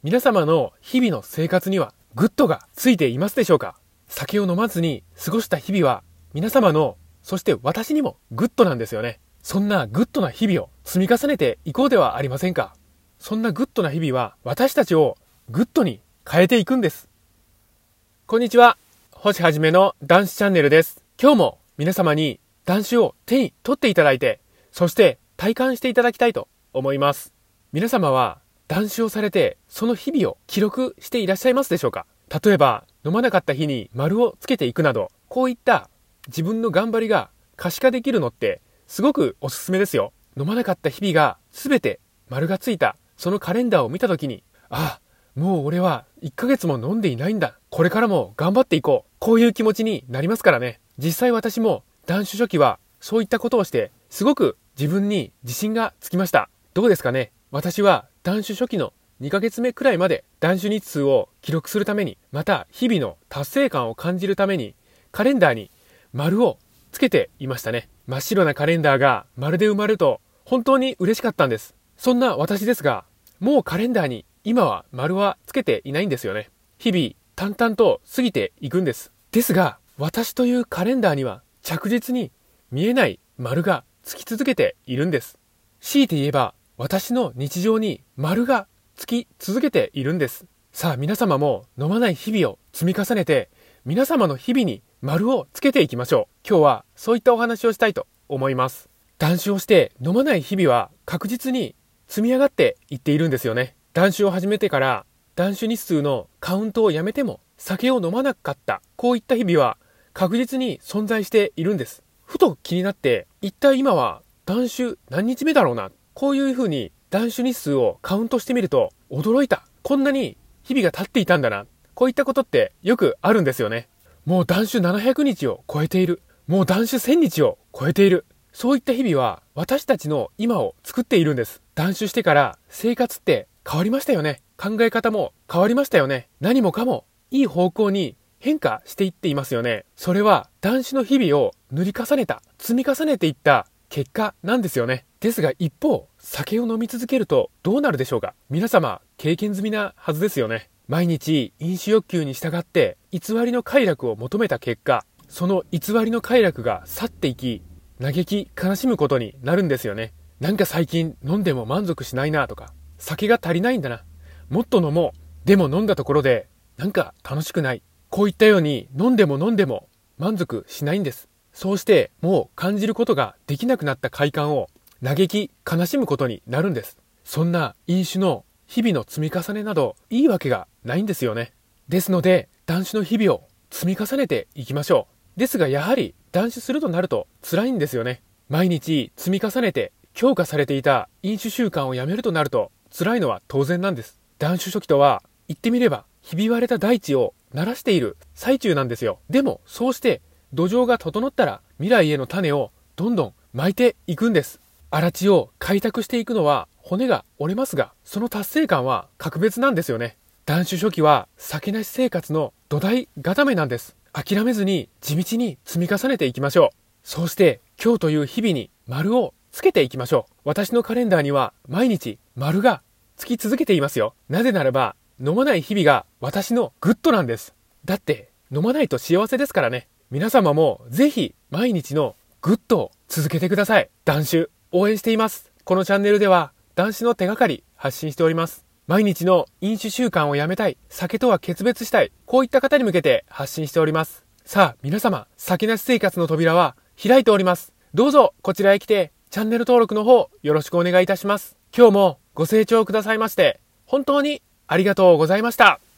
皆様の日々の生活にはグッドがついていますでしょうか？酒を飲まずに過ごした日々は皆様の、そして私にもグッドなんですよね。そんなグッドな日々を積み重ねていこうではありませんか。そんなグッドな日々は私たちをグッドに変えていくんです。こんにちは、星はじめの男子チャンネルです。今日も皆様に男子を手に取っていただいて、そして体感していただきたいと思います。皆様は断酒をされてその日々を記録していらっしゃいますでしょうか？例えば飲まなかった日に丸をつけていくなど、こういった自分の頑張りが可視化できるのってすごくおすすめですよ。飲まなかった日々が全て丸がついたそのカレンダーを見た時に、もう俺は1ヶ月も飲んでいないんだ、これからも頑張っていこう、こういう気持ちになりますからね。実際私も断酒初期はそういったことをしてすごく自分に自信がつきました。どうですかね。私は断酒初期の2ヶ月目くらいまで断酒日数を記録するために、また日々の達成感を感じるためにカレンダーに丸をつけていましたね。真っ白なカレンダーが丸で埋まると本当に嬉しかったんです。そんな私ですが、もうカレンダーに今は丸はつけていないんですよね。日々淡々と過ぎていくんです。ですが私というカレンダーには着実に見えない丸がつき続けているんです。強いて言えば私の日常に丸がつき続けているんです。さあ皆様も飲まない日々を積み重ねて、皆様の日々に丸をつけていきましょう。今日はそういったお話をしたいと思います。断酒をして飲まない日々は確実に積み上がっていっているんですよね。断酒を始めてから断酒日数のカウントをやめても酒を飲まなかった、こういった日々は確実に存在しているんです。ふと気になって、一体今は断酒何日目だろうな、こういう風に断酒日数をカウントしてみると驚いた、こんなに日々が経っていたんだな、こういったことってよくあるんですよね。もう断酒700日を超えている、もう断酒1000日を超えている、そういった日々は私たちの今を作っているんです。断酒してから生活って変わりましたよね。考え方も変わりましたよね。何もかもいい方向に変化していっていますよね。それは断酒の日々を塗り重ねた、積み重ねていった結果なんですよね。ですが一方、酒を飲み続けるとどうなるでしょうか。皆様経験済みなはずですよね。毎日飲酒欲求に従って偽りの快楽を求めた結果、その偽りの快楽が去っていき、嘆き悲しむことになるんですよね。なんか最近飲んでも満足しないなとか、酒が足りないんだな、もっと飲もう、でも飲んだところでなんか楽しくない、こういったように飲んでも満足しないんです。そうしてもう感じることができなくなった快感を嘆き悲しむことになるんです。そんな飲酒の日々の積み重ねなどいいわけがないんですよね。ですので断酒の日々を積み重ねていきましょう。ですがやはり断酒するとなると辛いんですよね。毎日積み重ねて強化されていた飲酒習慣をやめるとなると辛いのは当然なんです。断酒初期とは言ってみればひび割れた大地を鳴らしている最中なんですよ。でもそうして土壌が整ったら未来への種をどんどん巻いていくんです。荒地を開拓していくのは骨が折れますが、その達成感は格別なんですよね。断酒初期は酒なし生活の土台固めなんです。諦めずに地道に積み重ねていきましょう。そうして今日という日々に丸をつけていきましょう。私のカレンダーには毎日丸がつき続けていますよ。なぜならば飲まない日々が私のグッドなんです。だって飲まないと幸せですからね。皆様もぜひ毎日のグッドを続けてください。断酒応援しています。このチャンネルでは断酒の手がかり発信しております。毎日の飲酒習慣をやめたい、酒とは決別したい、こういった方に向けて発信しております。さあ皆様、酒なし生活の扉は開いております。どうぞこちらへ来てチャンネル登録の方よろしくお願いいたします。今日もご清聴くださいまして本当にありがとうございました。